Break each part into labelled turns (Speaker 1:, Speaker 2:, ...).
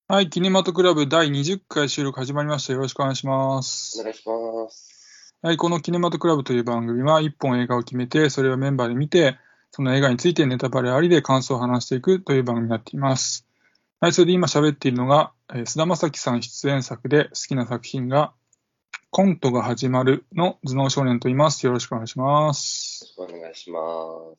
Speaker 1: はい、キネマトクラブ第20回収録始まりました。よろしくお願いしま
Speaker 2: お
Speaker 1: す。
Speaker 2: 願いします。
Speaker 1: はい、このキネマトクラブという番組は1本映画を決めて、それをメンバーで見て、その映画についてネタバレありで感想を話していくという番組になっています。はい、それで今喋っているのが、菅田将暉さん出演作で好きな作品が、コントが始まるの頭脳少年と言います。よろしくお願いします。
Speaker 2: よろしくお願いします。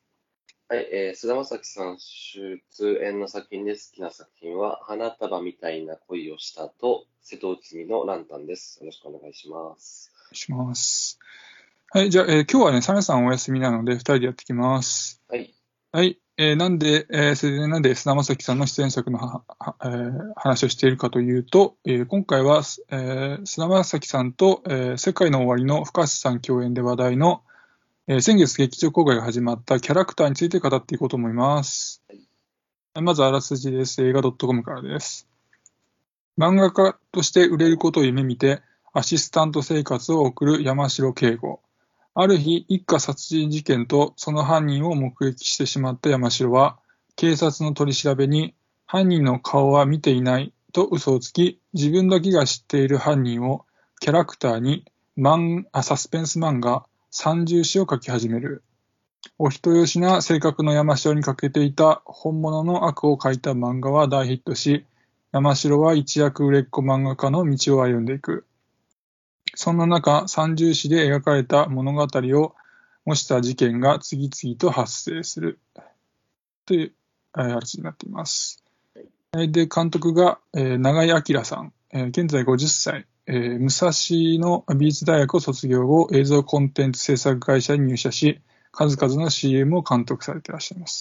Speaker 2: はい、菅田将暉さん出演の作品で好きな作品は、花束みたいな恋をしたと、瀬戸内海のランタンです。よろしくお願いします。
Speaker 1: お願いします。はい、じゃあ、今日はね、サメさんお休みなので、2人でやっていきます。
Speaker 2: はい。
Speaker 1: はい。それでなんで菅田将暉さんの出演作の話をしているかというと、今回は、菅田将暉さんと、世界の終わりの深瀬さん共演で話題の、先月劇場公開が始まったキャラクターについて語っていこうと思います。
Speaker 2: はい
Speaker 1: まずあらすじです。映画 .com からです。漫画家として売れることを夢見て、アシスタント生活を送る山城圭吾。ある日、一家殺人事件とその犯人を目撃してしまった山城は、警察の取り調べに、犯人の顔は見ていないと嘘をつき、自分だけが知っている犯人をキャラクターにサスペンス漫画三重詩を書き始める。お人よしな性格の山城に欠けていた本物の悪を書いた漫画は大ヒットし、山城は一躍売れっ子漫画家の道を歩んでいく。そんな中、三重詩で描かれた物語を模した事件が次々と発生するという話になっています。で、監督が、永井明さん、現在50歳、武蔵野美術大学を卒業後、映像コンテンツ制作会社に入社し、数々の CM を監督されていらっしゃいます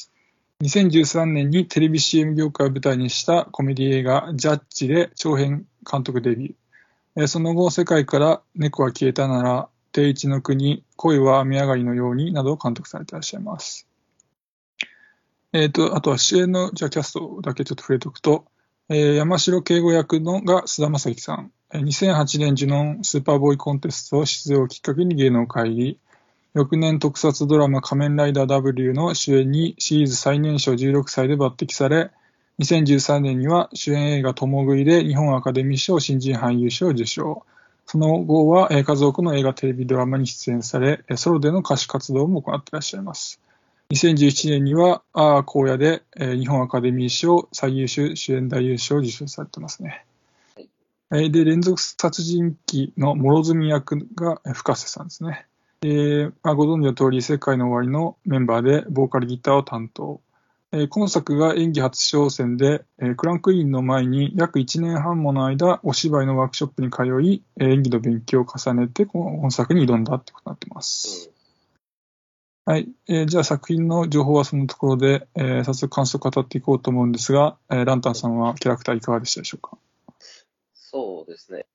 Speaker 1: 。2013年にテレビ CM 業界を舞台にしたコメディ映画ジャッジで長編監督デビュー。その後、世界から猫は消えたなら、定一の国、恋は雨上がりのようになどを監督されていらっしゃいます。あとは主演のキャストだけちょっと触れておくと、山城圭吾役のが菅田将暉さん。2008年ジュノンスーパーボーイコンテスト出場をきっかけに芸能界入り、翌年特撮ドラマ仮面ライダー W の主演にシリーズ最年少16歳で抜擢され、2013年には主演映画共食いで日本アカデミー賞新人俳優賞を受賞。その後は数多くの映画テレビドラマに出演され、ソロでの歌手活動も行っていらっしゃいます。2017年には荒野で日本アカデミー賞最優秀主演男優賞を受賞されてますね。で、連続殺人鬼の諸角役が深瀬さんですね。ご存知の通り、世界の終わりのメンバーでボーカルギターを担当。今作が演技初挑戦で、クランクインの前に約1年半もの間、お芝居のワークショップに通い、演技の勉強を重ねて、本作に挑んだってことになっています。はい。じゃあ作品の情報はそのところで、早速感想を語っていこうと思うんですが、ランタンさんはキャラクターいかがでしたでしょうか？
Speaker 2: そうですね。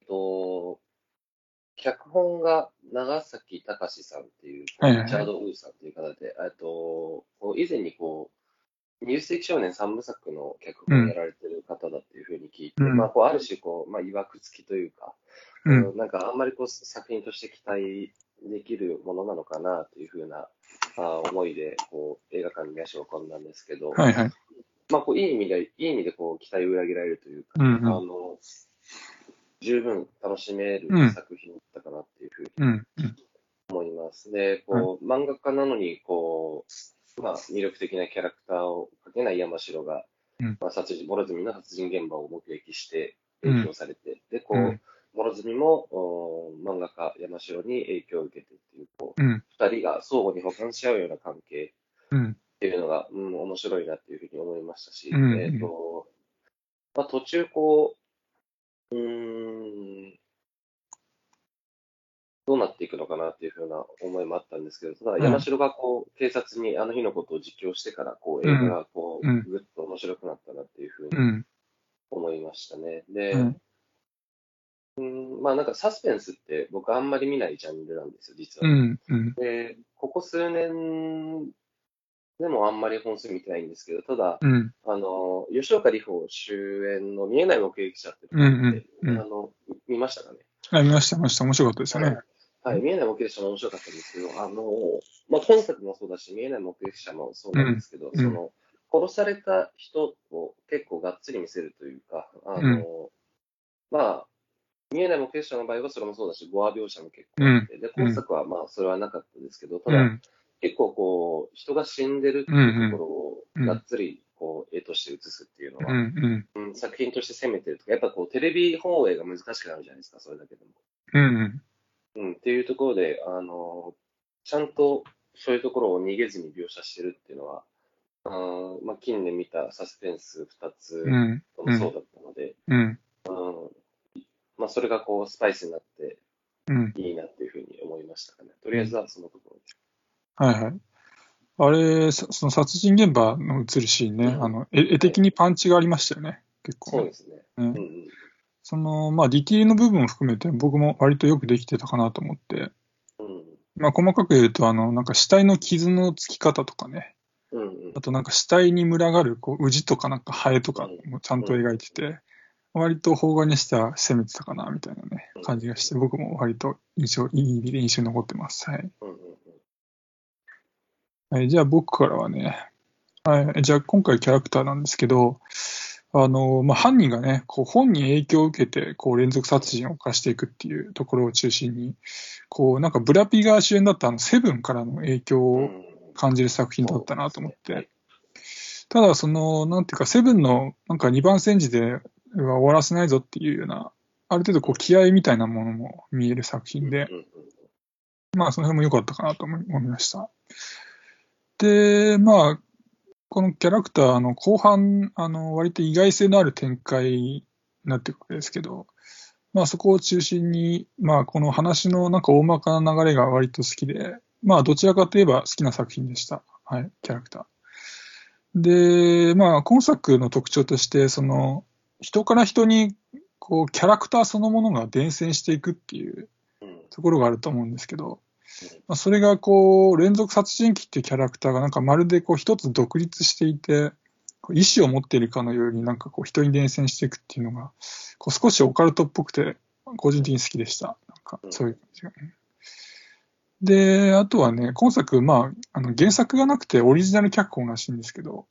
Speaker 2: 脚本が長崎隆さんっていう、リチャード・ウーさんっていう方で、以前に20世紀少年3部作の脚本をやられてる方だっていうふうに聞いて、ある種いわくつきというか、なんかあんまり作品として期待できるものなのかなというふうな思いで映画館に足を運んだんですけど、いい意味で期待を裏切られるというか、十分楽しめる作品だったかなっていうふうに思います。で、漫画家なのに魅力的なキャラクターを描けない山城が、諸角の殺人現場を目撃して影響されて、で、諸角も漫画家山城に影響を受けてっていう、二人が相互に補完し合うような関係っていうのが、面白いなっていうふうに思いましたし、途中どうなっていくのかなっていうふうな思いもあったんですけど、ただ山城が警察にあの日のことを実況してから、映画がぐっと面白くなったなっていうふうに思いましたね。で、なんかサスペンスって僕あんまり見ないジャンルなんですよ、実は。で、ここ数年でもあんまり本数見てないんですけど、ただ、吉岡里帆主演の見えない目撃者ってのって、見ましたかね？
Speaker 1: 見ました。面白かったですね。
Speaker 2: はい、見えない目撃者も面白かったんですけど、今作もそうだし、見えない目撃者もそうなんですけど、 殺された人を結構がっつり見せるというか、まあ、見えない目撃者の場合はそれもそうだし、ゴア描写も結構あって、で、今作はまあ、それはなかったですけど、ただ、結構こう、人が死んでるっていうところをがっつりこう、絵として映すっていうのは、作品として攻めてるとか、やっぱこう、テレビ放映が難しくなるじゃないですか、それだけでも。っていうところで、ちゃんとそういうところを逃げずに描写してるっていうのは、まあ、近年見たサスペンス2つともそうだったので、まあ、それがこう、スパイスになっていいなっていうふうに思いましたかね。とりあえずはそのところです。
Speaker 1: はいはい。あれ、その殺人現場の映るシーンね、絵的にパンチがありましたよね、結構ね。
Speaker 2: そうですね。
Speaker 1: その、まあ、ディティールの部分を含めて僕も割とよくできてたかなと思って、まあ、細かく言うと、なんか死体の傷のつき方とかね、あとなんか死体に群がる、こう、ウとかなんかハエとかもちゃんと描いてて、割と邦画にしては攻めてたかな、みたいなね、感じがして、僕も割といい意味で印象に残ってます。はい。はい、じゃあ僕からはね、はい、じゃあ今回キャラクターなんですけど、まあ、犯人がね、こう本に影響を受けて、こう連続殺人を犯していくっていうところを中心に、こうなんかブラピが主演だったセブンからの影響を感じる作品だったなと思って、ただその、なんていうか、セブンのなんか2番煎じでは終わらせないぞっていうような、ある程度こう気合みたいなものも見える作品で、まあその辺も良かったかなと思いました。で、まあ、このキャラクターの後半、割と意外性のある展開になっていくわけですけど、まあそこを中心に、まあこの話のなんか大まかな流れが割と好きで、まあどちらかといえば好きな作品でした。はい、キャラクター。で、まあ今作の特徴として、その、人から人に、こう、キャラクターそのものが伝染していくっていうところがあると思うんですけど、まあ、それがこう、連続殺人鬼っていうキャラクターがなんかまるでこう一つ独立していて、意志を持っているかのようになんかこう人に伝染していくっていうのが、こう少しオカルトっぽくて、個人的に好きでした。なんかそういう感じが。で、あとはね、今作、まあ、原作がなくてオリジナル脚本らしいんですけど、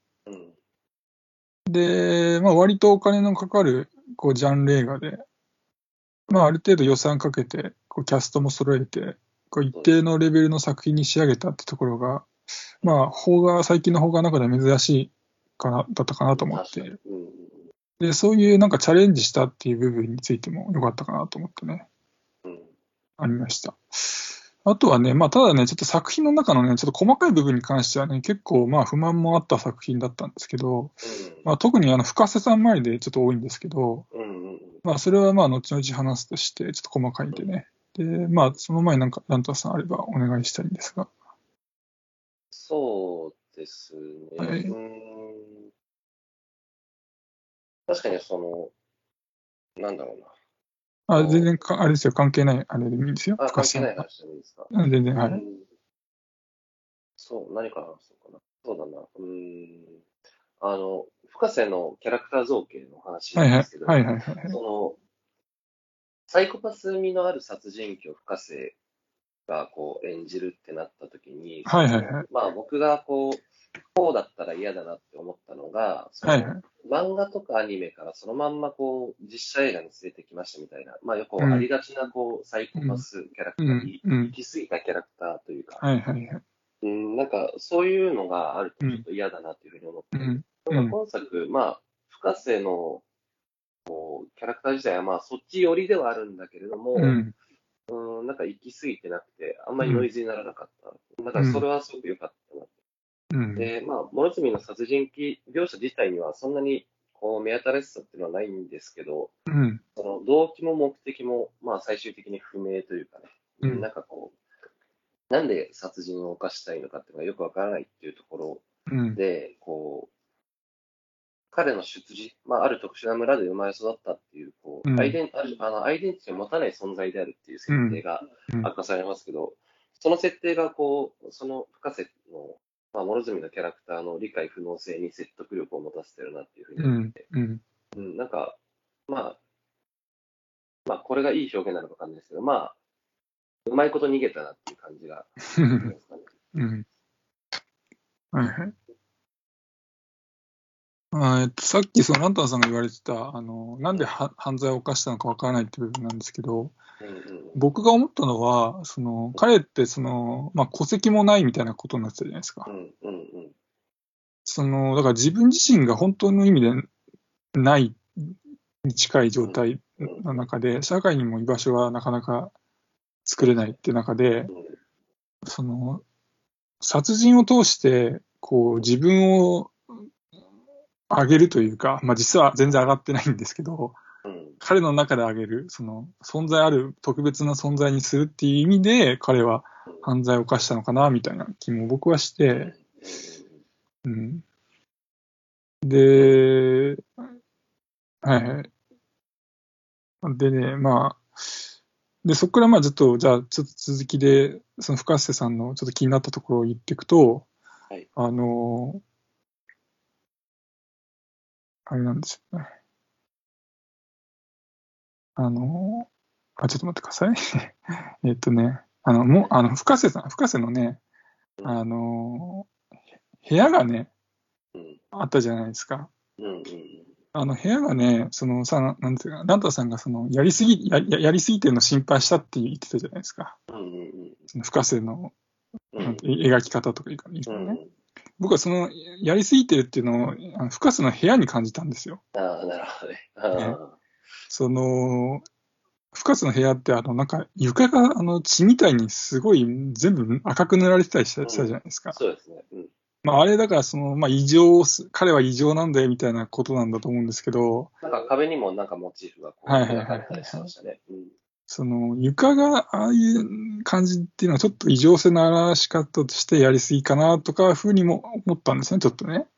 Speaker 1: で、まあ割とお金のかかるこうジャンル映画で、まあある程度予算かけて、こうキャストも揃えて、こう一定のレベルの作品に仕上げたってところが、まあ、最近の邦画の中では珍しいだったかなと思って、で、そういうなんかチャレンジしたっていう部分についても良かったかなと思ってね、ありました。あとはね、まあ、ただね、ちょっと作品の中のね、ちょっと細かい部分に関してはね、結構まあ不満もあった作品だったんですけど、まあ、特に深瀬さん周りでちょっと多いんですけど、まあ、それはまあ、後々話すとして、ちょっと細かいんでね。で、まあ、その前になんか、ランタさんあればお願いしたいんですが。
Speaker 2: そうですね。
Speaker 1: はい。
Speaker 2: 確かにその、なんだろうな。
Speaker 1: 全然あれですよ、関係ない、あれでもいいんですよ。
Speaker 2: 関係ない話でもいいですか。
Speaker 1: 全然、はい。
Speaker 2: そう、何から話そうかな。そうだな。深瀬のキャラクター造形の話なんですけど、その、サイコパス味のある殺人鬼を深瀬がこう演じるってなった時に、まあ僕がこうだったら嫌だなって思ったのが、漫画とかアニメからそのまんまこう実写映画に連れてきましたみたいな、まあよくありがちなこうサイコパスキャラクター、行き過ぎたキャラクターというか、なんかそういうのがあるとちょっと嫌だなっていうふうに思って、今作、まあ深瀬のこうキャラクター自体はまあそっち寄りではあるんだけれども、なんか行き過ぎてなくて、あんまりノイズにならなかった。だからそれはすごく良かったなって。で、まあ、諸角の殺人鬼描写自体にはそんなにこう目新しさっていうのはないんですけど、その動機も目的も、まあ最終的に不明というかね、なんかこう、なんで殺人を犯したいのかっていうのがよくわからないっていうところで、こう、彼の出自、まあ、ある特殊な村で生まれ育ったっていう、こう、アイデンティティを持たない存在であるっていう設定が明かされますけど、その設定がこう、その深瀬の、まあ、諸角のキャラクターの理解不能性に説得力を持たせてるなっていうふうに思って、なんか、まあ、これがいい表現なのかわかんないですけど、まあ、うまいこと逃げたなっていう感じがしますかね。
Speaker 1: さっきランタンさんが言われてた、なんで犯罪を犯したのかわからないっていう部分なんですけど、僕が思ったのは、彼って、戸籍もないみたいなことになってたじゃないですか。だから自分自身が本当の意味でないに近い状態の中で、社会にも居場所はなかなか作れないっていう中で、殺人を通して、自分を上げるというか、実は全然上がってないんですけど、彼の中で上げる、存在ある特別な存在にするっていう意味で、彼は犯罪を犯したのかな、みたいな気も僕はして、で、はいはい。でね、で、そこからずっと、じゃあ、ちょっと続きで、深瀬さんのちょっと気になったところを言っていくと、あれなんですよね。ちょっと待ってください。深瀬のね、部屋がね、あったじゃないですか。部屋がね、なんていうか、ランタさんがやりすぎてるの心配したって言ってたじゃないですか。深瀬の、描き方とかいうかね。僕はやりすぎてるっていうのを、深瀬の部屋に感じたんですよ。
Speaker 2: なるほど
Speaker 1: ね。深瀬の部屋って、なんか床が血みたいにすごい全部赤く塗られてたりしたじゃないですか。
Speaker 2: そうですね。
Speaker 1: あれだから彼は異常なんだよみたいなことなんだと思うんですけど。
Speaker 2: なんか壁にもなんかモチーフが描かれたりしましたね。
Speaker 1: 床がああいう感じっていうのはちょっと異常性の表し方としてやりすぎかなとかふうにも思ったんですね、ちょっとね。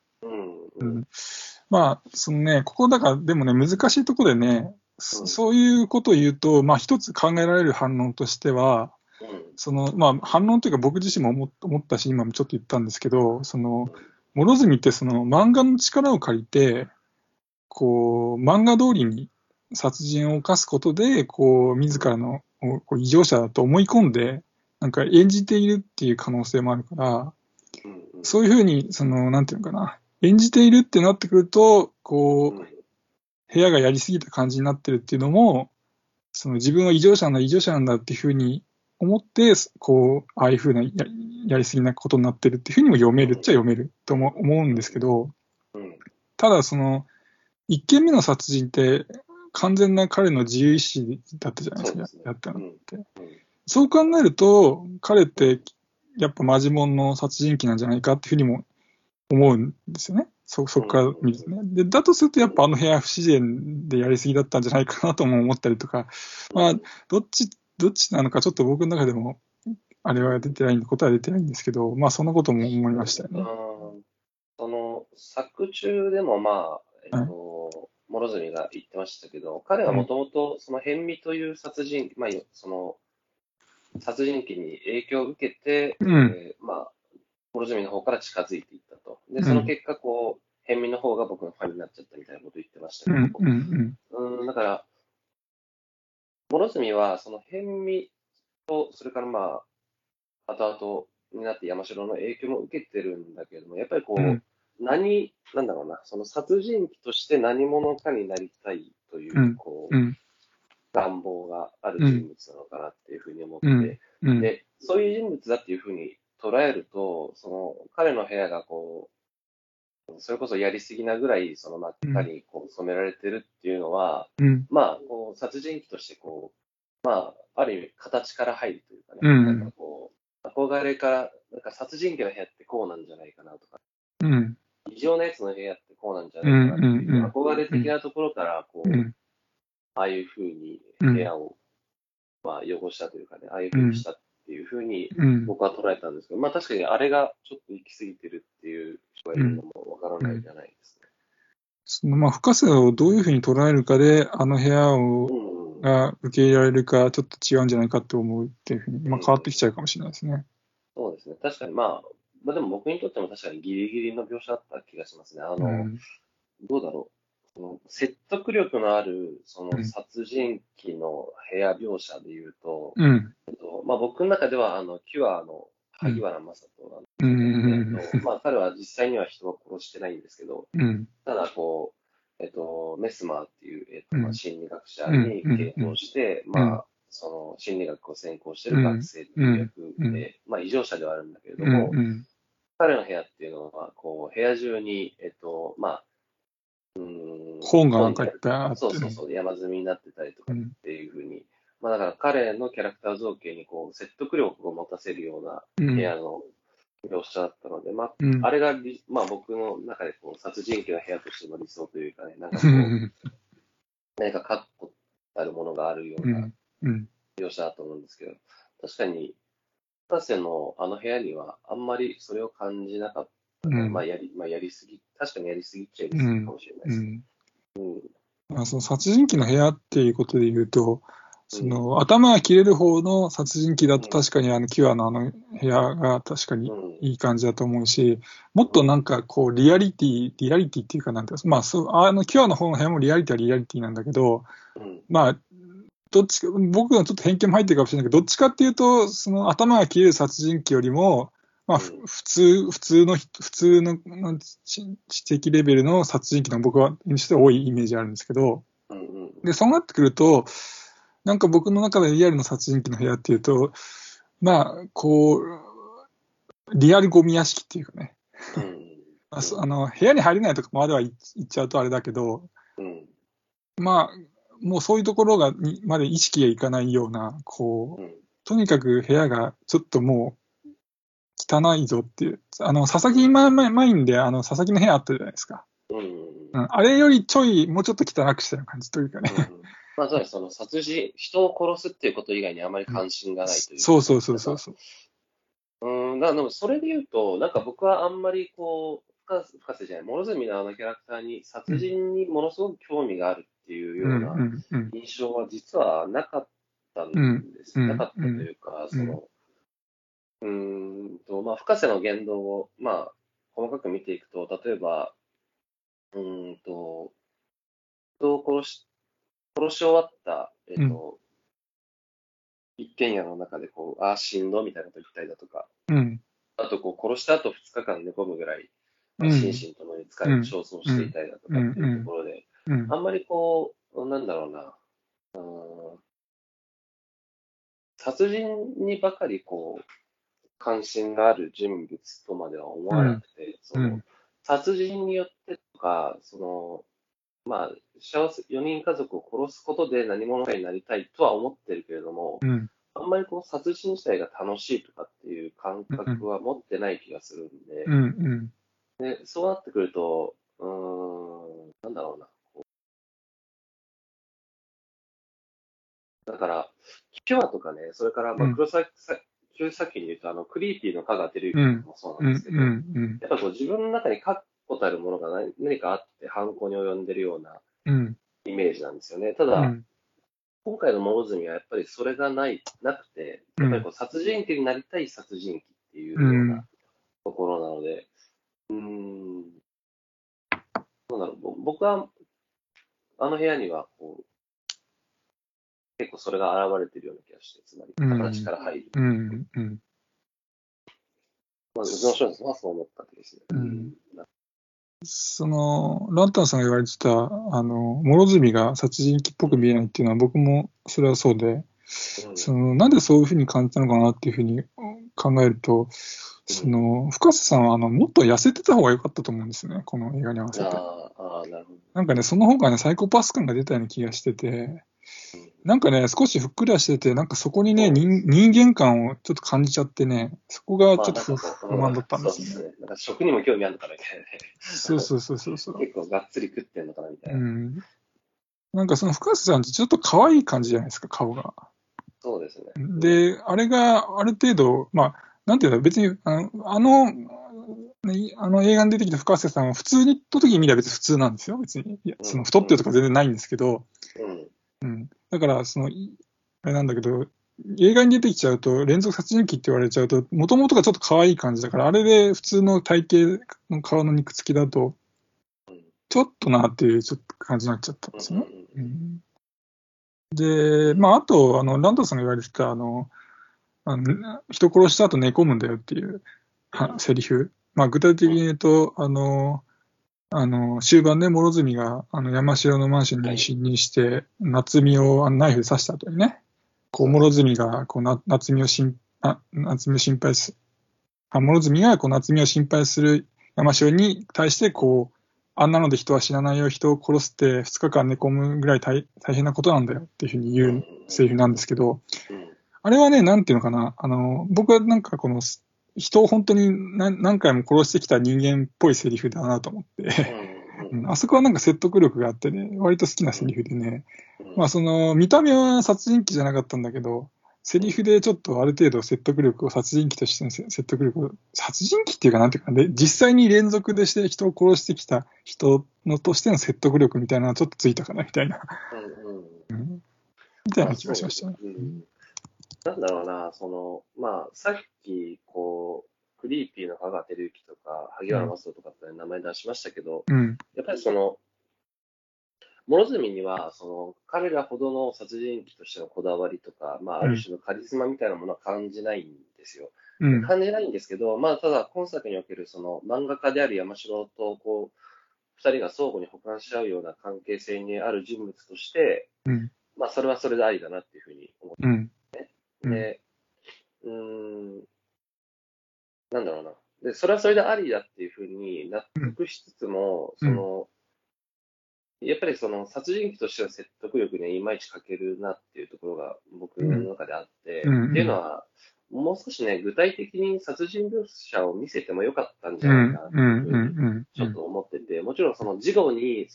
Speaker 1: ここだからでもね、難しいところでね、そういうことを言うと、一つ考えられる反論としては、反論というか僕自身も思ったし、今もちょっと言ったんですけど、諸角って漫画の力を借りて、漫画通りに殺人を犯すことで、自らの異常者だと思い込んで、なんか演じているっていう可能性もあるから、そういうふうに、なんていうのかな、演じているってなってくると、部屋がやりすぎた感じになってるっていうのも、自分は異常者なんだっていうふうに思って、ああいうふうなやりすぎなことになってるっていうふうにも読めるっちゃ読めると思うんですけど、ただ1件目の殺人って完全な彼の自由意志だったじゃないですか、やったのって。そう考えると、彼ってやっぱマジモンの殺人鬼なんじゃないかっていうふうにも思うんですよね。そこから見るとね。で、だとするとやっぱ部屋不自然でやりすぎだったんじゃないかなとも思ったりとか、どっちなのかちょっと僕の中でも、あれは答えは出てないんですけど、そんなことも思いましたよね。
Speaker 2: 作中でも諸角が言ってましたけど、彼はもともと辺見という殺人鬼に影響を受けて、諸角の方から近づいていったと。で、その結果、辺見の方が僕のファンになっちゃったみたいなことを言ってましたけど、だから、諸角は、辺見と、それから後々になって山城の影響も受けてるんだけれども、やっぱりなんだろうな、殺人鬼として何者かになりたいという、願望がある人物なのかなっていうふうに思って、で、そういう人物だっていうふうに捉えると、彼の部屋がそれこそやりすぎなぐらい、真っ赤に染められてるっていうのは、殺人鬼としてある意味形から入るというかね、なんか憧れから、なんか殺人鬼の部屋ってこうなんじゃないかなとか、異常なやつの部屋ってこうなんじゃないかなっていう、憧れ的なところから、ああいうふうに部屋を、汚したというかね、ああいうふうにしたっていうふうに僕は捉えたんですけど、確かにあれがちょっと行き過ぎてるっていう人がいるのもわからないじゃないですね。
Speaker 1: 深瀬をどういうふうに捉えるかで、部屋が受け入れられるか、ちょっと違うんじゃないかと思うっていうふうに、変わってきちゃうかもしれないですね。
Speaker 2: そうですね。確かにでも僕にとっても確かにギリギリの描写だった気がしますね。どうだろう。説得力のある、殺人鬼の部屋描写で言うと、僕の中では、キュアの萩原正人まあ、彼は実際には人を殺してないんですけど、ただこう、メスマーっていう、まあ、心理学者に傾倒して、まあ、その心理学を専攻している学生という役で、まあ、異常者ではあるんだけれども、彼の部屋っていうのは、こう、部屋中に、まあ、
Speaker 1: 本がなんかいっぱいあって、
Speaker 2: そうそうそう、山積みになってたりとかっていうふうに、まあだから彼のキャラクター造形にこう説得力を持たせるような部屋の描写だったので、まあ、あれが、まあ僕の中でこう殺人鬼の部屋としての理想というかね、なんかこう、何か確固たるものがあるような描写だと思うんですけど、確かに、博士のあの部屋にはあんまりそれを感じなかった。まあやりすぎ、確かにやりすぎっちゃいすぎかもしれないですね。
Speaker 1: その殺人鬼の部屋っていうことで言うと、その頭が切れる方の殺人鬼だと確かにキュアの部屋が確かにいい感じだと思うし、もっとなんかこうリアリティっていうかなんていうか、まあキュアの方の部屋もリアリティなんだけど、まあどっちか、僕のちょっと偏見も入ってるかもしれないけど、どっちかっていうと、その頭が切れる殺人鬼よりも、まあ、普通の知的レベルの殺人鬼の僕はにして多いイメージあるんですけど、で、そうなってくると、なんか僕の中でリアルの殺人鬼の部屋っていうと、まあ、こう、リアルゴミ屋敷っていうかね、部屋に入れないとかまでは言っちゃうとあれだけど、まあ、もうそういうところまで意識がいかないような、こう、とにかく部屋がちょっともう汚いぞっていう、佐々木マインで佐々木の部屋あったじゃないですか。あれよりもうちょっと汚くしたような感じというかね。
Speaker 2: まあ、つまりその人を殺すっていうこと以外にあまり関心がないというか。
Speaker 1: そう。
Speaker 2: だからそれで言うと、なんか僕はあんまりこう、深瀬じゃない、諸角のあのキャラクターに殺人にものすごく興味があるっていうような印象は実はなかったんです。なかったというか、まあ、深瀬の言動を、まあ、細かく見ていくと、例えば、人を殺し終わった、一軒家の中でこう、しんどみたいなこと言ったりだとか、あとこう、殺した後2日間寝込むぐらい、心身ともに疲れて焦燥していたりだとかっていうところで、あんまりこう、なんだろうな、殺人にばかりこう、関心がある人物とまでは思わなくて、殺人によってとか、まあ、4人家族を殺すことで何者かになりたいとは思ってるけれども、あんまりこう殺人自体が楽しいとかっていう感覚は持ってない気がするんで、でそうなってくると、なんだろうな。だから、キュアとかね、それから、まあ、黒崎作品で言うと、クリーピーの香川照之もそうなんですけど、やっぱこう自分の中に確固たるものが何かあって犯行に及んでるようなイメージなんですよね。ただ、今回の諸角はやっぱりそれがなくて、やっぱりこう殺人鬼になりたい殺人鬼っていうようなところなので、どうだろう、僕はあの部屋にはこう結構それが現れているような気がして、つまり形から入る。まあ、うちの人はそう思ったわけですね。
Speaker 1: ランタンさんが言われてた、諸角が殺人鬼っぽく見えないっていうのは、僕もそれはそうで、なんでそういうふうに感じたのかなっていうふうに考えると、深瀬さんはもっと痩せてた方が良かったと思うんですね、この映画に合わせて。なんかね、その方がね、サイコパス感が出たような気がしてて、なんかね、少しふっくらしてて、なんかそこにね、人間感をちょっと感じちゃってね、そこがちょっと不満だったんですよね。
Speaker 2: なんか食にも興味あるのかなみたいなね。
Speaker 1: そう。
Speaker 2: 結構がっつり食ってんのかなみたいな。
Speaker 1: なんかその深瀬さんってちょっと可愛い感じじゃないですか、顔が。
Speaker 2: そうですね。
Speaker 1: で、あれがある程度、まあ、なんていうの、別に、あの映画に出てきた深瀬さんは普通にと時に見れば別に普通なんですよ、別に。いや、太ってるとか全然ないんですけど、だから、あれなんだけど、映画に出てきちゃうと、連続殺人鬼って言われちゃうと、もともとがちょっと可愛い感じだから、あれで普通の体型の顔の肉付きだと、ちょっとなっていうちょっと感じになっちゃったんですね。で、まあ、あと、ランドさんが言われてた、人殺した後寝込むんだよっていう、 セリフ。まあ、具体的に言うと、終盤ね、諸角が、山城のマンションに侵入して、夏美をナイフで刺した後にね、こう、諸角が、こう、夏美を心配する。諸角が、こう、夏美を心配する山城に対して、こう、あんなので人は死なないよ、人を殺すって2日間寝込むぐらい大変なことなんだよっていうふうに言うセリフなんですけど、あれはね、なんていうのかな、僕はなんかこの、人を本当に何回も殺してきた人間っぽいセリフだなと思ってあそこはなんか説得力があってね、割と好きなセリフでね、まあその、見た目は殺人鬼じゃなかったんだけど、セリフでちょっとある程度殺人鬼としての説得力を、殺人鬼っていうかなんていうかね、実際に連続でして人を殺してきた人のとしての説得力みたいなのがちょっとついたかなみたいな、みたいな気がしましたね。
Speaker 2: なんだろうな、まあ、さっき、クリーピーの香川照之とか、萩原正人とかって名前出しましたけど、やっぱり諸角には、彼らほどの殺人鬼としてのこだわりとか、まあ、ある種のカリスマみたいなものは感じないんですよ。感じないんですけど、まあ、ただ、今作における、漫画家である山城と、二人が相互に補完し合うような関係性にある人物として、まあ、それはそれでありだなっていうふうに思ってますね。で、なんだろうな。で、それはそれでありだっていうふうに納得しつつも、やっぱり殺人鬼としての説得力にはいまいち欠けるなっていうところが僕の中であって、っていうのは、もう少しね、具体的に殺人描写を見せてもよかったんじゃないかなっていうふうにちょっと思ってて、もちろん事後に、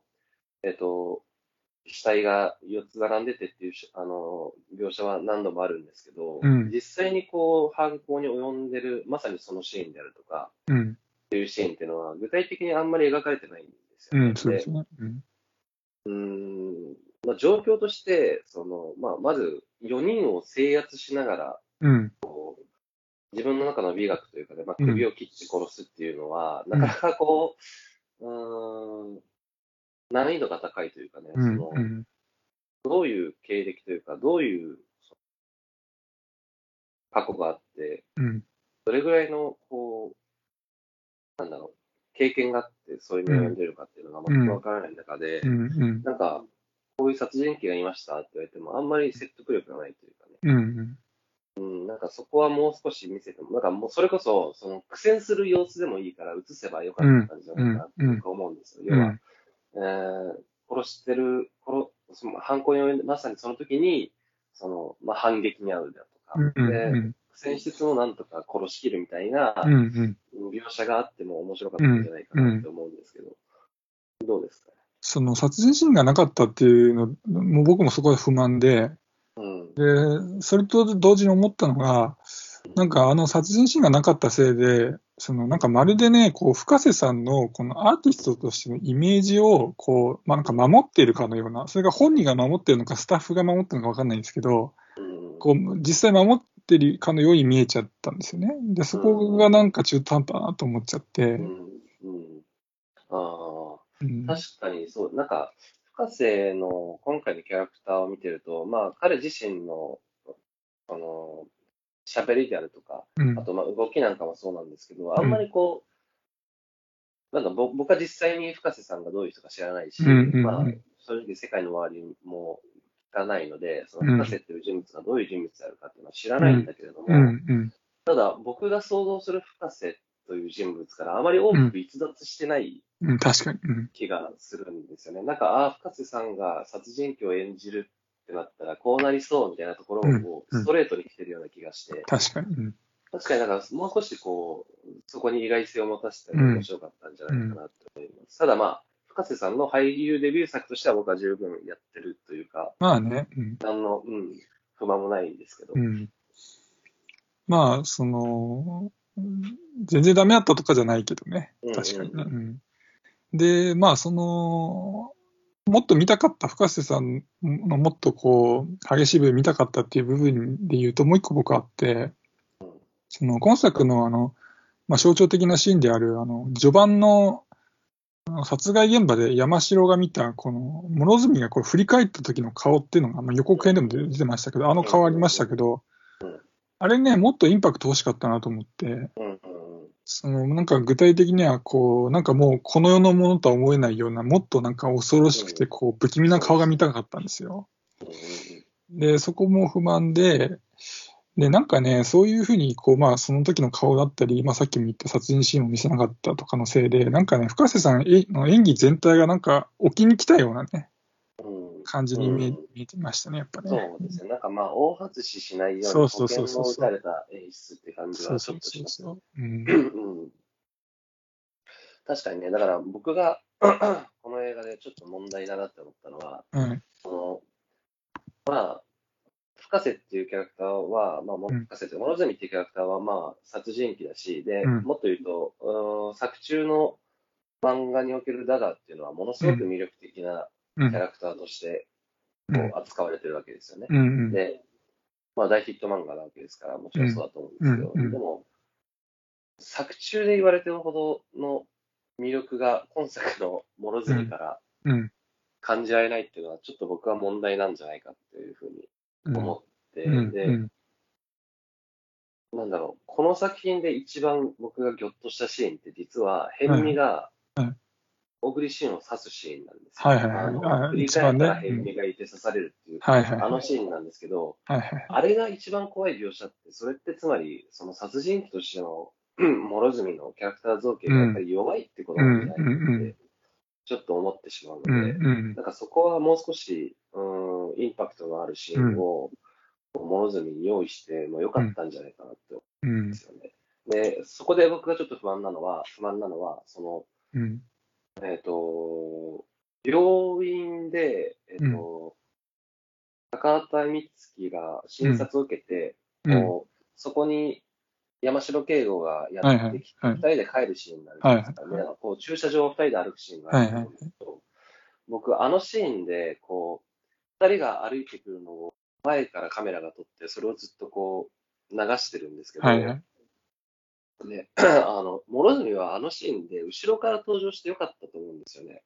Speaker 2: 死体が4つ並んでてっていう描写は何度もあるんですけど、実際に犯行に及んでる、まさにそのシーンであるとか、っていうシーンっていうのは、具体的にあんまり描かれてないんですよね。
Speaker 1: そうですね。
Speaker 2: まあ、状況として、まあ、まず4人を制圧しながら、自分の中の美学というかね、まあ、首を切って殺すっていうのは、なかなか難易度が高いというかね、どういう経歴というか、どういう過去があって、どれぐらいの、なんだろう、経験があって、そういうのを読んでるかっていうのが全くわからない中で、なんか、こういう殺人鬼がいましたって言われても、あんまり説得力がないというかね。なんかそこはもう少し見せても、なんかもうそれこそ、苦戦する様子でもいいから映せばよかったんじゃないかなって僕は思うんですよ。要は、殺してる、その犯行に及んで、まさにその時に、まあ、反撃に遭うだとか、で、苦戦しつつもなんとか殺しきるみたいな、描写があっても面白かったんじゃないかなって思うんですけど、どうですかね。
Speaker 1: その殺人シーンがなかったっていうのも僕もそこで不満で、で、それと同時に思ったのが、なんか殺人シーンがなかったせいで、なんかまるでね、深瀬さんのこのアーティストとしてのイメージを、まあ、なんか守っているかのような、それが本人が守っているのか、スタッフが守っているのかわかんないんですけど、実際守ってるかのように見えちゃったんですよね。で、そこがなんか中途半端だなと思っちゃって。
Speaker 2: 確かにそう、なんか、深瀬の今回のキャラクターを見てると、まあ、彼自身の、喋りであるとか、あと、まあ、動きなんかもそうなんですけど、あんまりなんだ、僕は実際に深瀬さんがどういう人か知らないし、まあ、正直世界の周りも聞かないので、深瀬っていう人物がどういう人物であるかっていうのは知らないんだけれども、ただ、僕が想像する深瀬という人物からあまり多く逸脱してない気がするんですよね。なんか、深瀬さんが殺人鬼を演じるってなったら、こうなりそうみたいなところをストレートに来てるような気がして。
Speaker 1: 確かに。
Speaker 2: 確かになんか、もう少しそこに意外性を持たせても面白かったんじゃないかなと思います。ただまあ、深瀬さんの俳優デビュー作としては僕は十分やってるというか、
Speaker 1: まあね、
Speaker 2: 何の、不満もないんですけど。
Speaker 1: まあ、全然ダメだったとかじゃないけどね。確かにね。で、まあ、もっと見たかった、深瀬さんのもっと激しい部分見たかったっていう部分で言うと、もう一個僕あって、今作のまあ、象徴的なシーンである、序盤の殺害現場で山城が見た、諸角が振り返った時の顔っていうのが、まあ、予告編でも出てましたけど、顔ありましたけど、あれね、もっとインパクト欲しかったなと思って、 なんか具体的には、なんかもうこの世のものとは思えないような、もっとなんか恐ろしくて、不気味な顔が見たかったんですよ。で、そこも不満で、なんかね、そういうふうに、その時の顔だったり、さっきも言った殺人シーンを見せなかったとかのせいで、なんかね、深瀬さんの演技全体がなんか置きに来たようなね、感じに見えてましたね、やっぱね。
Speaker 2: そうですね。なんか大外ししないように保険の打たれた演出って感じはちょっとします。確かにね、だから僕がこの映画でちょっと問題だなって思ったのは、深瀬っていうキャラクターは、深瀬って、諸角っていうキャラクターは、殺人鬼だし、で、もっと言うと、作中の漫画におけるダダっていうのは、ものすごく魅力的なキャラクターとして扱われてるわけですよね。で、大ヒット漫画なわけですから、もちろんそうだと思うんですけど、でも、作中で言われてるほどの魅力が今作の諸角から感じられないっていうのは、ちょっと僕は問題なんじゃないかっていうふうに思って、で、なんだろう、この作品で一番僕がギョッとしたシーンって実は、辺見が小栗旬を刺すシーンなんですよ。振り返ったら辺見がいて刺されるっていう、あのシーンなんですけど、あれが一番怖い描写って、それってつまり、その殺人鬼としての諸角のキャラクター造形がやっぱり弱いってことなんじゃないかって、ちょっと思ってしまうので、なんかそこはもう少し、インパクトのあるシーンを、諸角に用意してもよかったんじゃないかなって思うんですよね。で、そこで僕がちょっと不満なのは、その、病院で、高畑充希が診察を受けて、そこに山城圭吾がやってきて、二人で帰るシーンになるじゃないですか。駐車場を二人で歩くシーンがあると思うんですけど、僕、あのシーンで、二人が歩いてくるのを前からカメラが撮って、それをずっと流してるんですけど、で、諸角はあのシーンで後ろから登場してよかったと思うんですよね。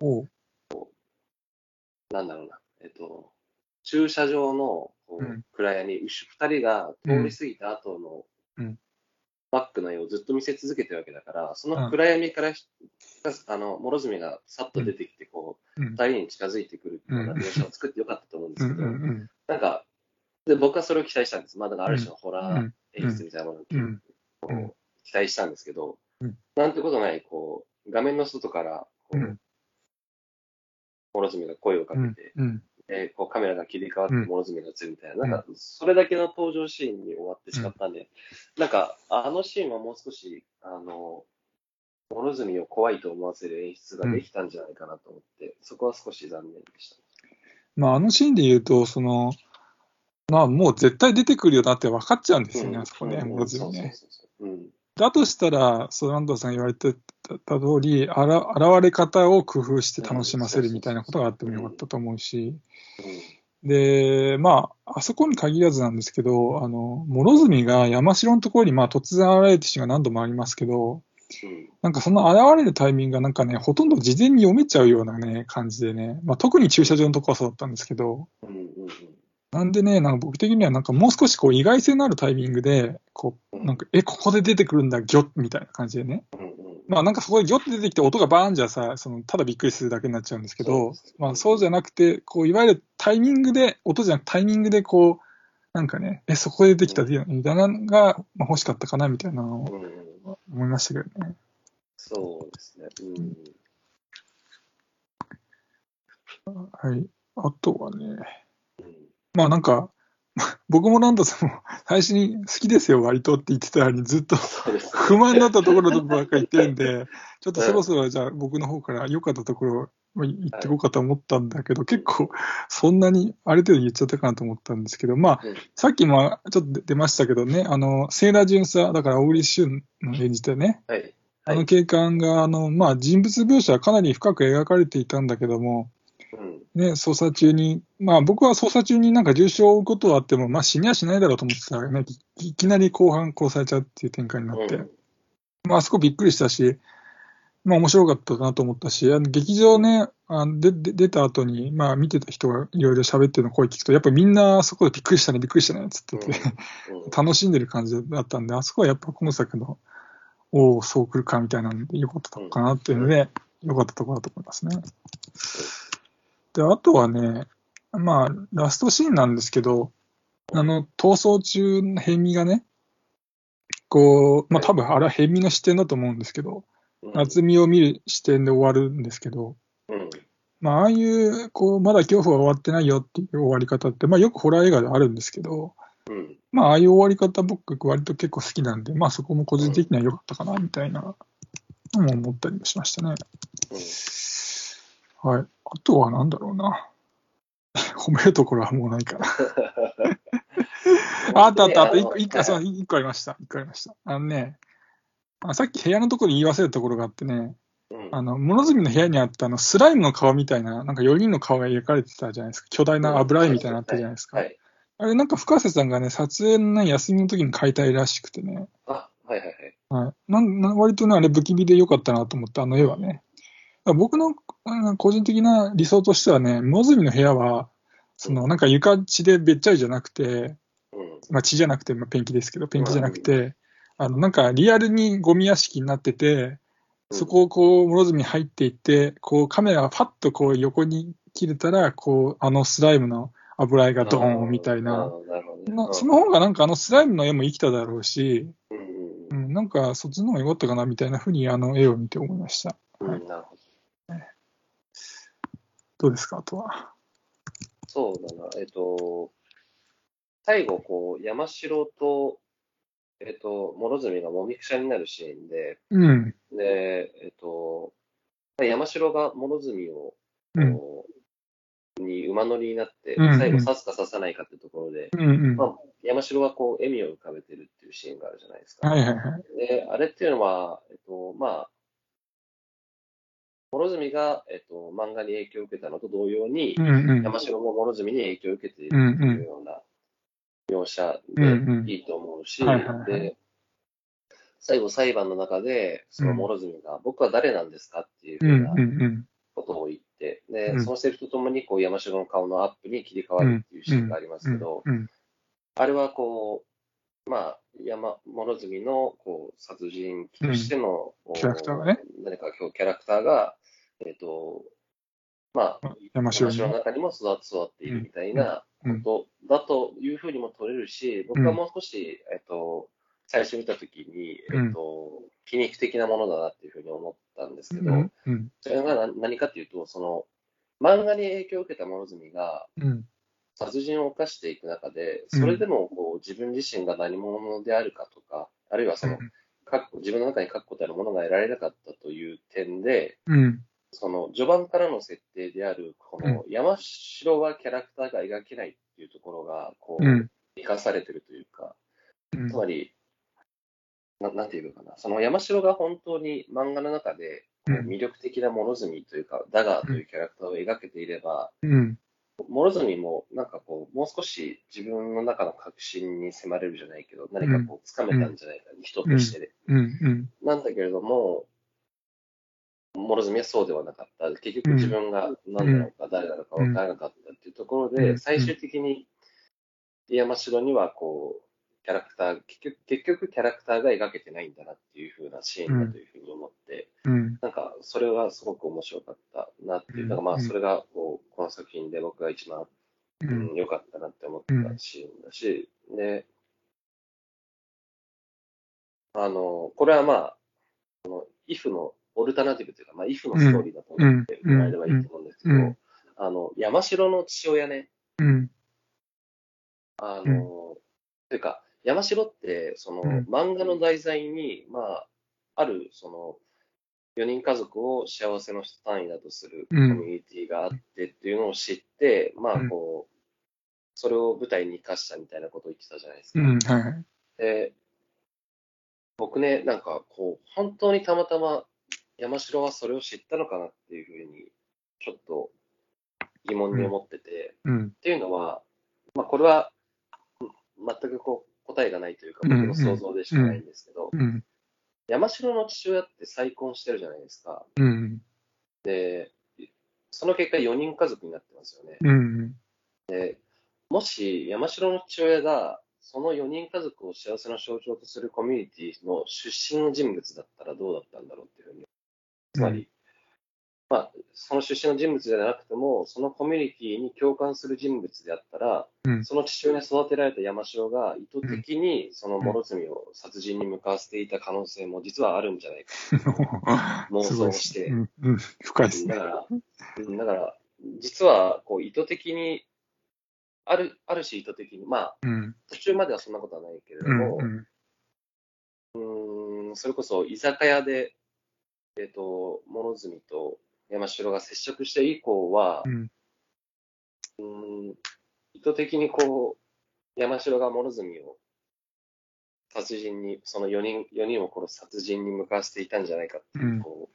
Speaker 2: なんだろうな、駐車場の暗闇、二人が通り過ぎた後のバックの絵をずっと見せ続けてるわけだから、その暗闇から諸角がさっと出てきて、二人に近づいてくるような描写を作ってよかったと思うんですけど、なんか、で僕はそれを期待したんです。だからある種のホラー演出みたいなものを期待したんですけど、なんてことない、画面の外から、諸角が声をかけて、カメラが切り替わって諸角が映るみたいな、なんか、それだけの登場シーンに終わってしまったんで、なんか、あのシーンはもう少し、諸角を怖いと思わせる演出ができたんじゃないかなと思って、そこは少し残念でした。
Speaker 1: あのシーンで言うと、もう絶対出てくるよなって分かっちゃうんですよね、あそこね、諸角ね。だとしたら、安藤さん言われてた通り、現れ方を工夫して楽しませるみたいなことがあってもよかったと思うし、で、あそこに限らずなんですけど、諸角が山城のところに突然現れるシーンが何度もありますけど、なんかその現れるタイミングがなんかね、ほとんど事前に読めちゃうようなね、感じでね、特に駐車場のところはそうだったんですけど、なんでね、なんか僕的にはなんかもう少し意外性のあるタイミングで、なんか、ここで出てくるんだ、ギョッみたいな感じでね。なんかそこでギョッて出てきて音がバーンじゃさ、ただびっくりするだけになっちゃうんですけど、そうじゃなくて、いわゆるタイミングで、音じゃなくてタイミングでなんかね、そこで出てきたみたいなのが欲しかったかなみたいなのを思いましたけどね。
Speaker 2: そうですね。
Speaker 1: はい。あとはね、なんか、僕もなんと最初に好きですよ、割とって言ってたように、ずっと不満だったところばっかり言ってるんで、ちょっとそろそろじゃあ僕の方から良かったところ言っていこうかと思ったんだけど、結構そんなにある程度言っちゃったかなと思ったんですけど、さっきもちょっと出ましたけどね、セーラ巡査、だから小栗旬の演じてね、警官が人物描写はかなり深く描かれていたんだけども、捜査中に、僕は捜査中になんか重傷を負うことはあっても、死にはしないだろうと思ってたらね、いきなり後半殺されちゃうっていう展開になって、あそこびっくりしたし、面白かったなと思ったし、劇場ね、出た後に、見てた人がいろいろ喋ってるの声聞くと、やっぱりみんなそこでびっくりしたね、びっくりしたね、つってて、楽しんでる感じだったんで、あそこはやっぱ今作のおお、そう来るかみたいなんで、よかったのかなっていうので、よかったところだと思いますね。で、あとはね、まあ、ラストシーンなんですけど、逃走中のヘミがね、こう、まあ多分あれはヘミの視点だと思うんですけど、夏美を見る視点で終わるんですけど、まあああいう、こう、まだ恐怖は終わってないよっていう終わり方って、まあよくホラー映画であるんですけど、まあああいう終わり方僕割と結構好きなんで、まあそこも個人的には良かったかなみたいなのも思ったりもしましたね。はい。あとはなんだろうな。褒めるところはもうないかな。あった、一個ありました。一個ありました。さっき部屋のところに言い忘れたところがあってね、物住の部屋にあったスライムの顔みたいな、なんか4人の顔が描かれてたじゃないですか。巨大な油絵みたいなのあったじゃないですか。あれなんか深瀬さんがね、撮影のね、休みの時に描いたいらしくてね。割とね、あれ不気味で良かったなと思って、あの絵はね。僕の個人的な理想としてはね、物住の部屋は、なんか床地でべっちゃりじゃなくて、まあ血じゃなくて、まあペンキですけど、ペンキじゃなくて、なんかリアルにゴミ屋敷になってて、そこをこう、諸角に入っていって、こう、カメラがパッとこう横に切れたら、こう、スライムの油絵がドーンみたいな。その方がなんかスライムの絵も生きただろうし、なんかそっちの方が良かったかなみたいなふうに絵を見て思いました。はい。どうですか、あとは。
Speaker 2: そうだな、最後、こう、山城と、諸角がもみくしゃになるシーンで、で、山城が諸角を、に馬乗りになって、最後刺すか刺さないかってところで、まあ、山城がこう、笑みを浮かべてるっていうシーンがあるじゃないですか。で、あれっていうのは、まあ、諸角が、漫画に影響を受けたのと同様に、山城も諸角に影響を受けているっていうような描写でいいと思うし、で、最後裁判の中で、その諸角が、僕は誰なんですかっていうふうなことを言って、で、そのセリフとともに、こう、山城の顔のアップに切り替わるっていうシーンがありますけど、あれはこう、まあ、諸角の、こう、殺人鬼としての、
Speaker 1: キャラクターがね。
Speaker 2: 何かキャラクターが、まあ、山城の中にも育っているみたいなことだというふうにも取れるし、僕はもう少し、最初見たときに、皮肉的なものだなっていうふうに思ったんですけど、それが何かっていうと、漫画に影響を受けた諸角が、殺人を犯していく中で、それでもこう自分自身が何者であるかとか、あるいは自分の中に確固たるものが得られなかったという点で、序盤からの設定である、この山城はキャラクターが描けないっていうところが、こう、生かされてるというか、つまり、なんていうのかな、その山城が本当に漫画の中で魅力的な諸角というか、ダガーというキャラクターを描けていれば、諸角もなんかこう、もう少し自分の中の確信に迫れるじゃないけど、何かこう、掴めたんじゃないか、人としてで。なんだけれども、諸角はそうではなかった。結局自分が何なのか誰なのか分からなかったっていうところで、最終的に山城にはこう、キャラクター、結局キャラクターが描けてないんだなっていう風なシーンだというふうに思って、なんかそれはすごく面白かったなっていう、だからまあそれがこの作品で僕が一番良かったなって思ったシーンだし、で、これはまあ、IF のオルタナティブというか、まあ、IF のストーリーだと思ってもらえればいいと思うんですけど、山城の父親ね、というか、山城って、漫画の題材に、まあ、ある、4人家族を幸せの一単位だとするコミュニティがあってっていうのを知って、まあ、こう、それを舞台に生かしたみたいなことを言ってたじゃないですか。で、僕ね、なんかこう、本当にたまたま山城はそれを知ったのかなっていうふうに、ちょっと疑問に思ってて、っていうのは、まあこれは全くこう答えがないというか、僕の想像でしかないんですけど、山城の父親って再婚してるじゃないですか。で、その結果4人家族になってますよね。で、もし山城の父親が、 その4人家族を幸せの象徴とするコミュニティの出身の人物だったらどうだったんだろうっていうふうに。つまり、まあ、その出身の人物じゃなくても、そのコミュニティに共感する人物であったら、その父親に育てられた山城が意図的にその諸角を殺人に向かわせていた可能性も実はあるんじゃないか妄想して。
Speaker 1: 深いですね。
Speaker 2: だから、実はこう意図的に、ある種意図的に、まあ、途中まではそんなことはないけれども、それこそ居酒屋で、諸角と山城が接触して以降は、意図的にこう、山城が諸角を殺人に、その4人を殺す殺人に向かわせていたんじゃないかっていう、こ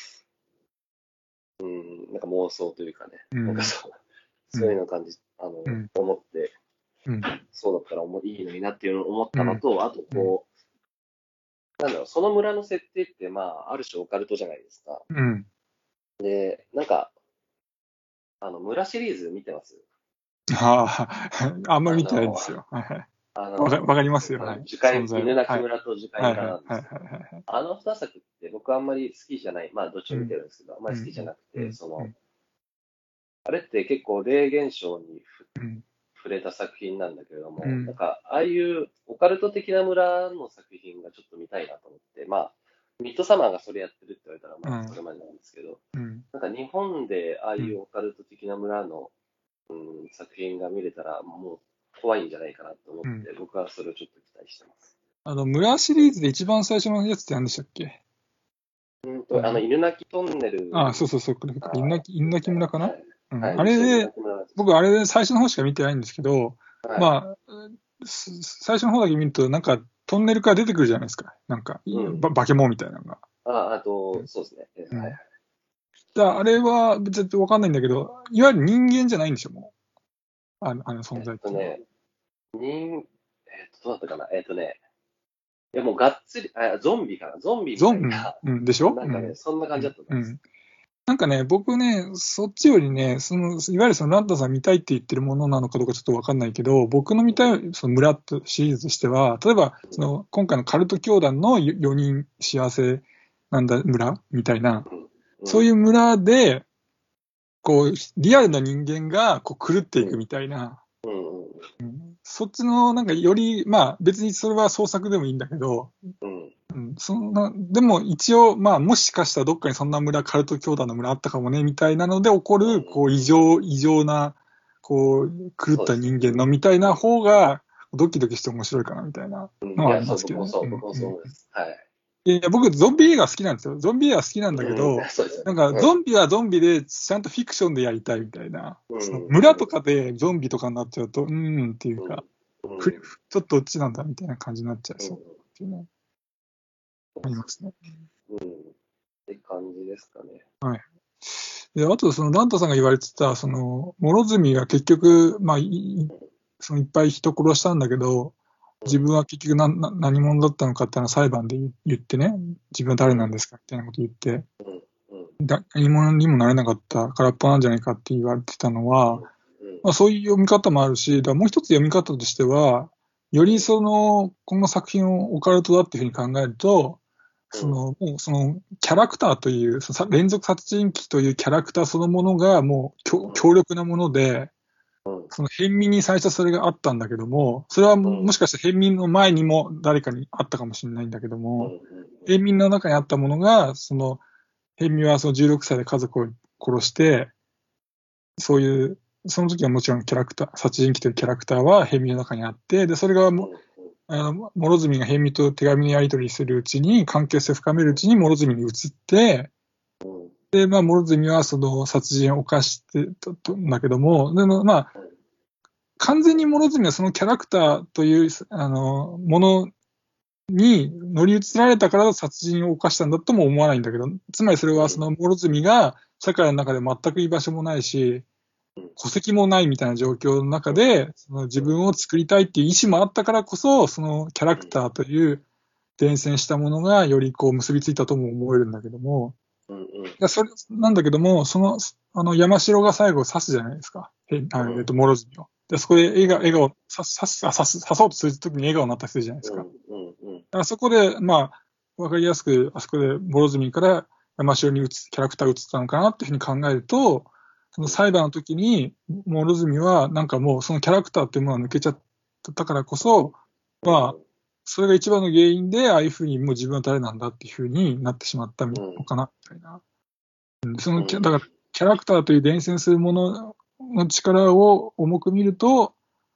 Speaker 2: う、なんか妄想というかね、なんかそういうの感じ、思って、そうだったらいいのになっていうのを思ったのと、あとこう、なんだろう、その村の設定って、まあ、ある種オカルトじゃないですか。で、なんか、村シリーズ見てます？
Speaker 1: あんまり見てないんですよ。わかりますよ。
Speaker 2: 犬鳴村と樹海村なんですけど、あの2作って僕あんまり好きじゃない、まあどっちも見てるんですけど、あんまり好きじゃなくて、あれって結構霊現象に触れた作品なんだけれども、なんかああいうオカルト的な村の作品がちょっと見たいなと思って、まあ、ミッドサマーがそれやってるって言われたら、まあそれまでなんですけど、なんか日本でああいうオカルト的な村の作品が見れたら、もう怖いんじゃないかなと思って、僕はそれをちょっと期待してます。
Speaker 1: 村シリーズで一番最初のやつって何でしたっけ？
Speaker 2: 犬鳴トンネル。
Speaker 1: そう。犬鳴村かな？あれで、僕あれで最初の方しか見てないんですけど、まあ、最初の方だけ見ると、なんかトンネルから出てくるじゃないですか。なんか、化け物みたいなのが。
Speaker 2: そうですね。
Speaker 1: あれは別にわかんないんだけど、いわゆる人間じゃないんでしょ、もう。存在っていうのは。
Speaker 2: どうだったかな。もうがっつり、ゾンビかな。ゾンビみたいな。
Speaker 1: でしょ？
Speaker 2: なんかね、そんな感じだったんです。
Speaker 1: なんかね、僕ね、そっちよりね、いわゆるそのランタさん見たいって言ってるものなのかどうかちょっとわかんないけど、僕の見たいその村とシリーズとしては、例えば、今回のカルト教団の4人幸せなんだ村みたいな、そういう村で、こう、リアルな人間がこう狂っていくみたいな、そっちの、なんかより、まあ別にそれは創作でもいいんだけど、でも一応、まあもしかしたらどっかにそんな村、カルト教団の村あったかもね、みたいなので起こる、こう異常な、こう、狂った人間のみたいな方が、ドキドキして面白いかな、みたいなのはありますけど、ね。
Speaker 2: 僕もそうです。はい。
Speaker 1: いや、僕、ゾンビ映画好きなんですよ。ゾンビ映画好きなんだけど、なんか、ゾンビはゾンビで、ちゃんとフィクションでやりたいみたいな。村とかでゾンビとかになっちゃうと、っていうか、ちょっとどっちなんだみたいな感じになっちゃいそうっていうのありますね。
Speaker 2: って感じですかね。
Speaker 1: はい。で、あと、ランタさんが言われてた、諸角が結局、まあ、いっぱい人殺したんだけど、自分は結局何者だったのかっていうのを裁判で言ってね、自分は誰なんですかみたいなこと言って、何者にもなれなかった空っぽなんじゃないかって言われてたのは、まあ、そういう読み方もあるし、もう一つ読み方としては、よりこの作品をオカルトだっていうふうに考えると、もうキャラクターという、連続殺人鬼というキャラクターそのものがもう強力なもので、その偏民に最初それがあったんだけども、それはもしかして偏民の前にも誰かにあったかもしれないんだけども、偏民の中にあったものが、偏民はその16歳で家族を殺して、その時はもちろん殺人鬼というキャラクターは偏民の中にあって、で、それが諸角が偏民と手紙のやり取りするうちに、関係性を深めるうちに諸角に移って、で、まあ、諸角は殺人を犯してたんだけども、でもまあ、完全に諸角はそのキャラクターという、ものに乗り移られたから殺人を犯したんだとも思わないんだけど、つまりそれは諸角が社会の中で全く居場所もないし、戸籍もないみたいな状況の中で、自分を作りたいっていう意思もあったからこそ、そのキャラクターという伝染したものがよりこう結びついたとも思えるんだけども、それなんだけども、山城が最後刺すじゃないですか。諸角を。 で、そこで笑顔、刺そうとするときに笑顔になったりするじゃないですか。だからそこで、まあ、わかりやすく、あそこでボロズミーから山城にキャラクターが移ったのかなっていうふうに考えると、その裁判の時に、ボロズミーはなんかもうそのキャラクターっていうものが抜けちゃったからこそ、まあ、それが一番の原因で、ああいうふうにもう自分は誰なんだっていうふうになってしまったのかな、みたいな。だから、キャラクターという伝染するものの力を重く見ると、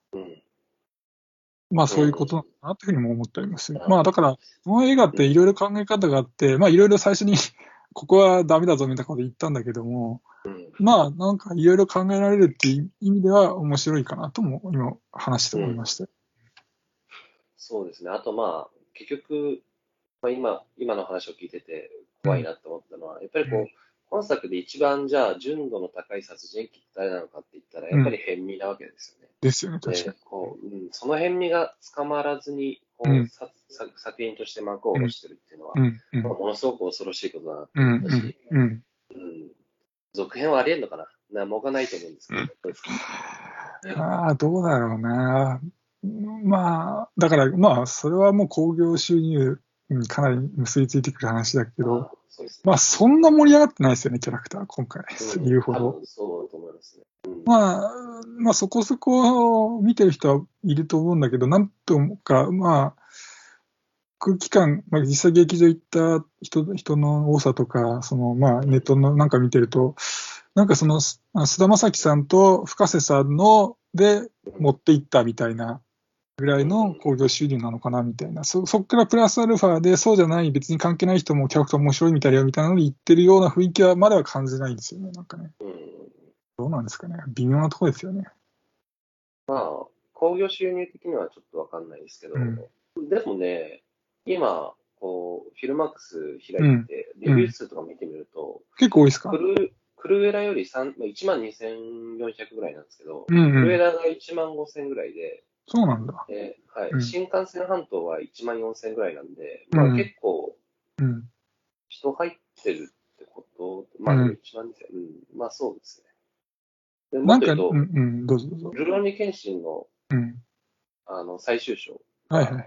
Speaker 1: まあそういうことなのかなというふうにも思っております。まあだから、この映画っていろいろ考え方があって、まあいろいろ最初にここはダメだぞみたいなこと言ったんだけども、まあなんかいろいろ考えられるっていう意味では面白いかなとも今話して思いました。
Speaker 2: そうですね。あとまあ、結局、まあ、今の話を聞いてて怖いなと思ったのは、やっぱりこう、本作で一番じゃあ純度の高い殺人鬼って誰なのかって言ったら、やっぱり辺見なわけですよね。
Speaker 1: ですよね、確かに。
Speaker 2: こうその辺見が捕まらずにこう、作品として幕を下ろしてるっていうのは、ものすごく恐ろしいことだなと思ったし、続編はありえんのかな何もがないと思うんですけど、どうですか？
Speaker 1: どうだろうな。まあ、だから、まあ、それはもう興行収入にかなり結びついてくる話だけど、まあ、そんな盛り上がってないですよね、キャラクター、今回、言うほど。
Speaker 2: そうだと思いますね。
Speaker 1: まあ、そこそこ見てる人はいると思うんだけど、なんとか、まあ、空気感、まあ、実際劇場行った人の多さとか、まあ、ネットのなんか見てると、なんか菅田将暉さんと深瀬さんので持っていったみたいなぐらいの興行収入なのかなみたいな。そっからプラスアルファでそうじゃない、別に関係ない人もキャラクター面白いみたいよみたいなのに言ってるような雰囲気はまだは感じないんですよね、なんかね。どうなんですかね。微妙なところですよね。
Speaker 2: まあ、興行収入的にはちょっとわかんないですけど、でもね、今、こう、フィルマックス開いて、レビュー数とか見てみると、
Speaker 1: 結構多いですか？
Speaker 2: クルエラより12,400ぐらいなんですけど、クルエラが15,000ぐらいで、
Speaker 1: そうなんだ。
Speaker 2: はい、新幹線半島は14,000ぐらいなんで、まあ結構、人入ってるってこと、まあ12,000、まあそうですね。もっと言うと、
Speaker 1: どうぞどうぞ。
Speaker 2: ルローニケンシンの、最終章が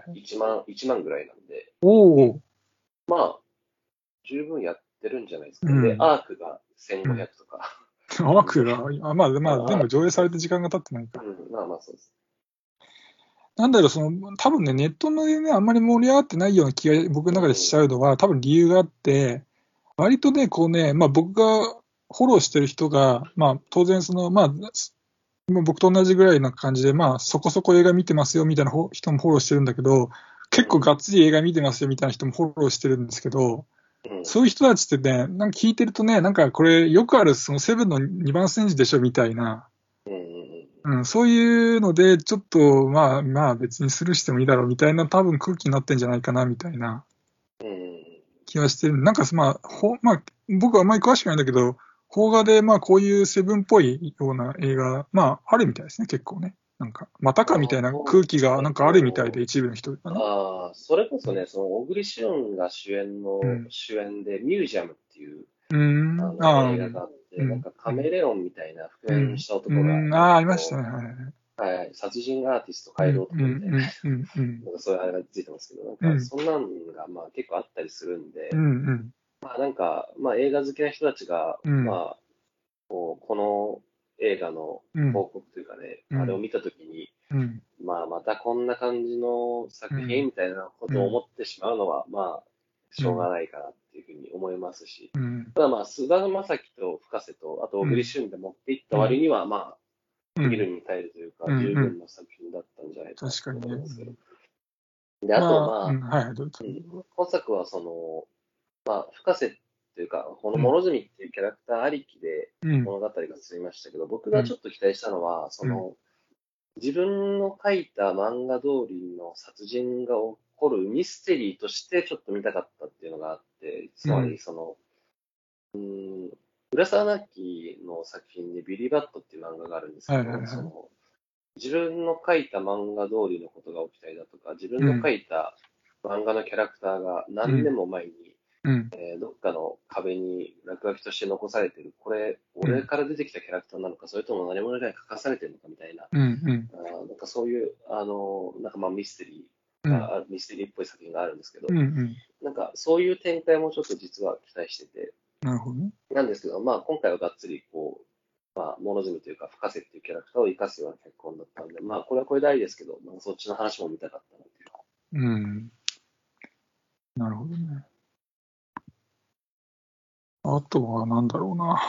Speaker 2: 1万ぐらいなんで、まあ、十分やってるんじゃないですか。で、アークが1,500とか。
Speaker 1: アークが、まあ、でも上映されて時間が経ってないか。
Speaker 2: まあそうです。
Speaker 1: なんだろう、多分ね、ネットのでね、あんまり盛り上がってないような気が僕の中でしちゃうのは、多分理由があって、割とね、こうね、まあ僕がフォローしてる人が、まあ当然まあ、僕と同じぐらいな感じで、まあそこそこ映画見てますよみたいな人もフォローしてるんだけど、結構がっつり映画見てますよみたいな人もフォローしてるんですけど、そういう人たちってね、なんか聞いてるとね、なんかこれよくあるセブンの2番煎じでしょみたいな、そういうので、ちょっとまあ別にスルーしてもいいだろうみたいな多分空気になってんじゃないかなみたいな気はしてる。なんかまあ僕はあんまり詳しくないんだけど、邦画でまあこういうセブンっぽいような映画、まああるみたいですね、結構ね。なんか、またかみたいな空気がなんかあるみたいで、一部の人がね。
Speaker 2: それこそね、小栗旬が主演で、ミュージアムっていう映画があって、なんかカメレオンみたいな復縁した男が、
Speaker 1: ありましたね。
Speaker 2: はい、殺人アーティスト変える男みたいな、なんかそういうあれがついてますけど、なんかそんなんがまあ結構あったりするんで、まあなんか、まあ映画好きな人たちが、まあ、この映画の報告というかね、あれを見たときに、まあまたこんな感じの作品みたいなことを思ってしまうのは、まあ、しょうがないかなっていうふうに思いますし、ただまあ、菅田将暉と深瀬と、あと小栗旬で持っていった割には、まあ、見るに耐えるというか、十分な作品だったんじゃないかなと思いますけど。で、あと、まあ、本作はまあ、深瀬というか、この諸角っていうキャラクターありきで物語が進みましたけど、僕がちょっと期待したのは、自分の書いた漫画通りの殺人が起こるミステリーとしてちょっと見たかったっていうのがあって、つまり浦沢直樹の作品でビリーバットっていう漫画があるんですけど、自分の書いた漫画通りのことが起きたりだとか、自分の書いた漫画のキャラクターが何年も前に、どっかの壁に落書きとして残されてる、これ、俺から出てきたキャラクターなのか、それとも何者かに書かされてるのかみたいな、なんかそういう、なんかまあミステリーっぽい作品があるんですけど、なんかそういう展開もちょっと実は期待してて、
Speaker 1: なるほどね。
Speaker 2: なんですけど、まあ今回はがっつりこう、まあ、モノズミというか、深瀬っていうキャラクターを生かすような結婚だったんで、まあこれはこれでありですけど、まあ、そっちの話も見たかったなっていう。
Speaker 1: なるほどね。あとは何だろうな。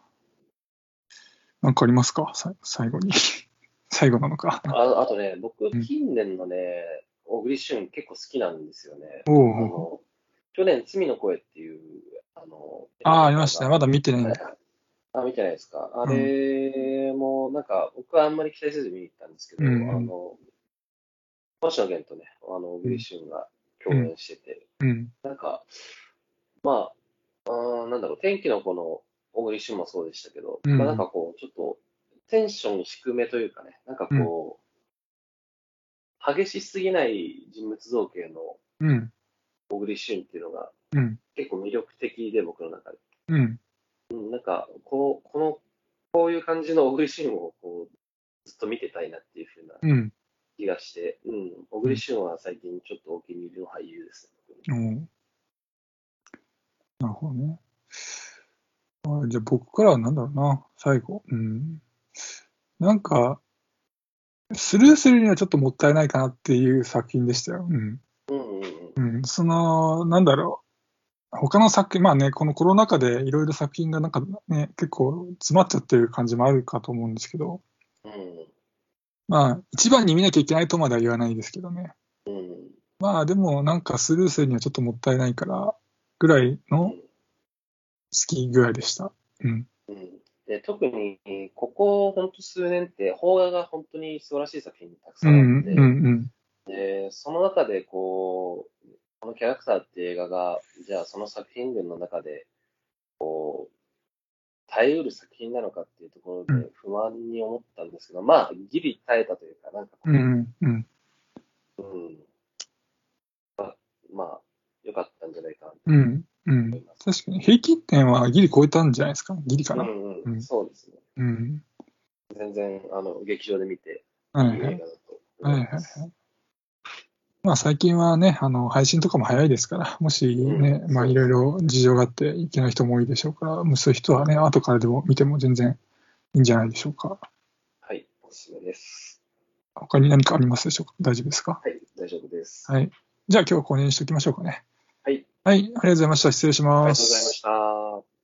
Speaker 1: なんかありますか最後に。最後なのか。
Speaker 2: あとね、僕、近年のね、小栗旬結構好きなんですよね。去年、罪の声っていう、
Speaker 1: ありましたね。まだ見てない。
Speaker 2: 見てないですか。あれも、なんか、僕はあんまり期待せず見に行ったんですけど、星野源とね、小栗旬が共演してて、なんか、まあ、なんだろう、天気の子の小栗旬もそうでしたけど、まあなんかこう、ちょっと、テンション低めというかね、なんかこう、激しすぎない人物造形の小栗旬っていうのが、結構魅力的で、僕の中で。なんか、こういう感じの小栗旬をこうずっと見てたいなっていうふうな気がして、小栗旬は最近ちょっとお気に入りの俳優です
Speaker 1: ね。なるほどね。じゃあ僕からは何だろうな、最後。なんか、スルーするにはちょっともったいないかなっていう作品でしたよ。なんだろう。他の作品、まあね、このコロナ禍でいろいろ作品がなんかね、結構詰まっちゃってる感じもあるかと思うんですけど、まあ、一番に見なきゃいけないとまでは言わないですけどね。まあでもなんかスルーするにはちょっともったいないからぐらいの好きぐらいでした。
Speaker 2: で特にここ本当数年って邦画が本当に素晴らしい作品たくさんあって、でその中でこのキャラクターって映画がじゃあその作品群の中でこう耐えうる作品なのかっていうところで不安に思ったんですけど、まあギリ耐えたというかなんかこう、まあ良かったんじゃないかなと思います。
Speaker 1: 確かに平均点はギリ超えたんじゃないですか。ギリかな。
Speaker 2: そうですね。全然劇場で見ていい映画だと思います。
Speaker 1: まあ最近はね、配信とかも早いですから、もしね、まあいろいろ事情があっていけない人も多いでしょうから、そういう人はね、後からでも見ても全然いいんじゃないでしょうか。
Speaker 2: はい、おすすめです。
Speaker 1: 他に何かありますでしょうか。大丈夫ですか。
Speaker 2: はい、大丈夫です。
Speaker 1: はい。じゃあ今日はこれにしておきましょうかね。
Speaker 2: はい。
Speaker 1: はい、ありがとうございました。失礼します。
Speaker 2: ありがとうございました。